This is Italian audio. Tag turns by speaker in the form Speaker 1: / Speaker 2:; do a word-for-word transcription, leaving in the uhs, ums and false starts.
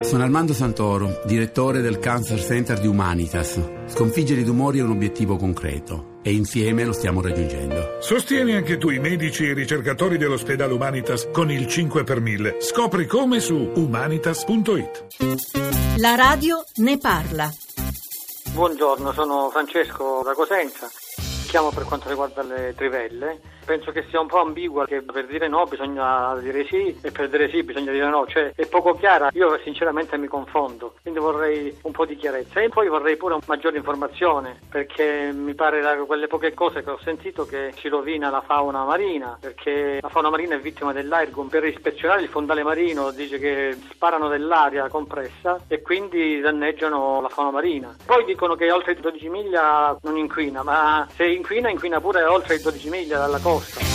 Speaker 1: Sono Armando Santoro, direttore del Cancer Center di Humanitas. Sconfiggere i tumori è un obiettivo concreto e insieme lo stiamo raggiungendo.
Speaker 2: Sostieni anche tu i medici e i ricercatori dell'ospedale Humanitas con il cinque per mille. Scopri come su humanitas punto it.
Speaker 3: La radio ne parla.
Speaker 4: Buongiorno, sono Francesco da Cosenza. Chiamo per quanto riguarda le trivelle. Penso che sia un po' ambigua, che per dire no bisogna dire sì e per dire sì bisogna dire no, cioè è poco chiara. Io sinceramente mi confondo, quindi vorrei un po' di chiarezza e poi vorrei pure una maggiore informazione, perché mi pare da quelle poche cose che ho sentito che si rovina la fauna marina, perché la fauna marina è vittima dell'airgun. Per ispezionare il fondale marino dice che sparano dell'aria compressa e quindi danneggiano la fauna marina. Poi dicono che oltre i dodici miglia non inquina, ma se inquina inquina pure oltre i dodici miglia dalla costa.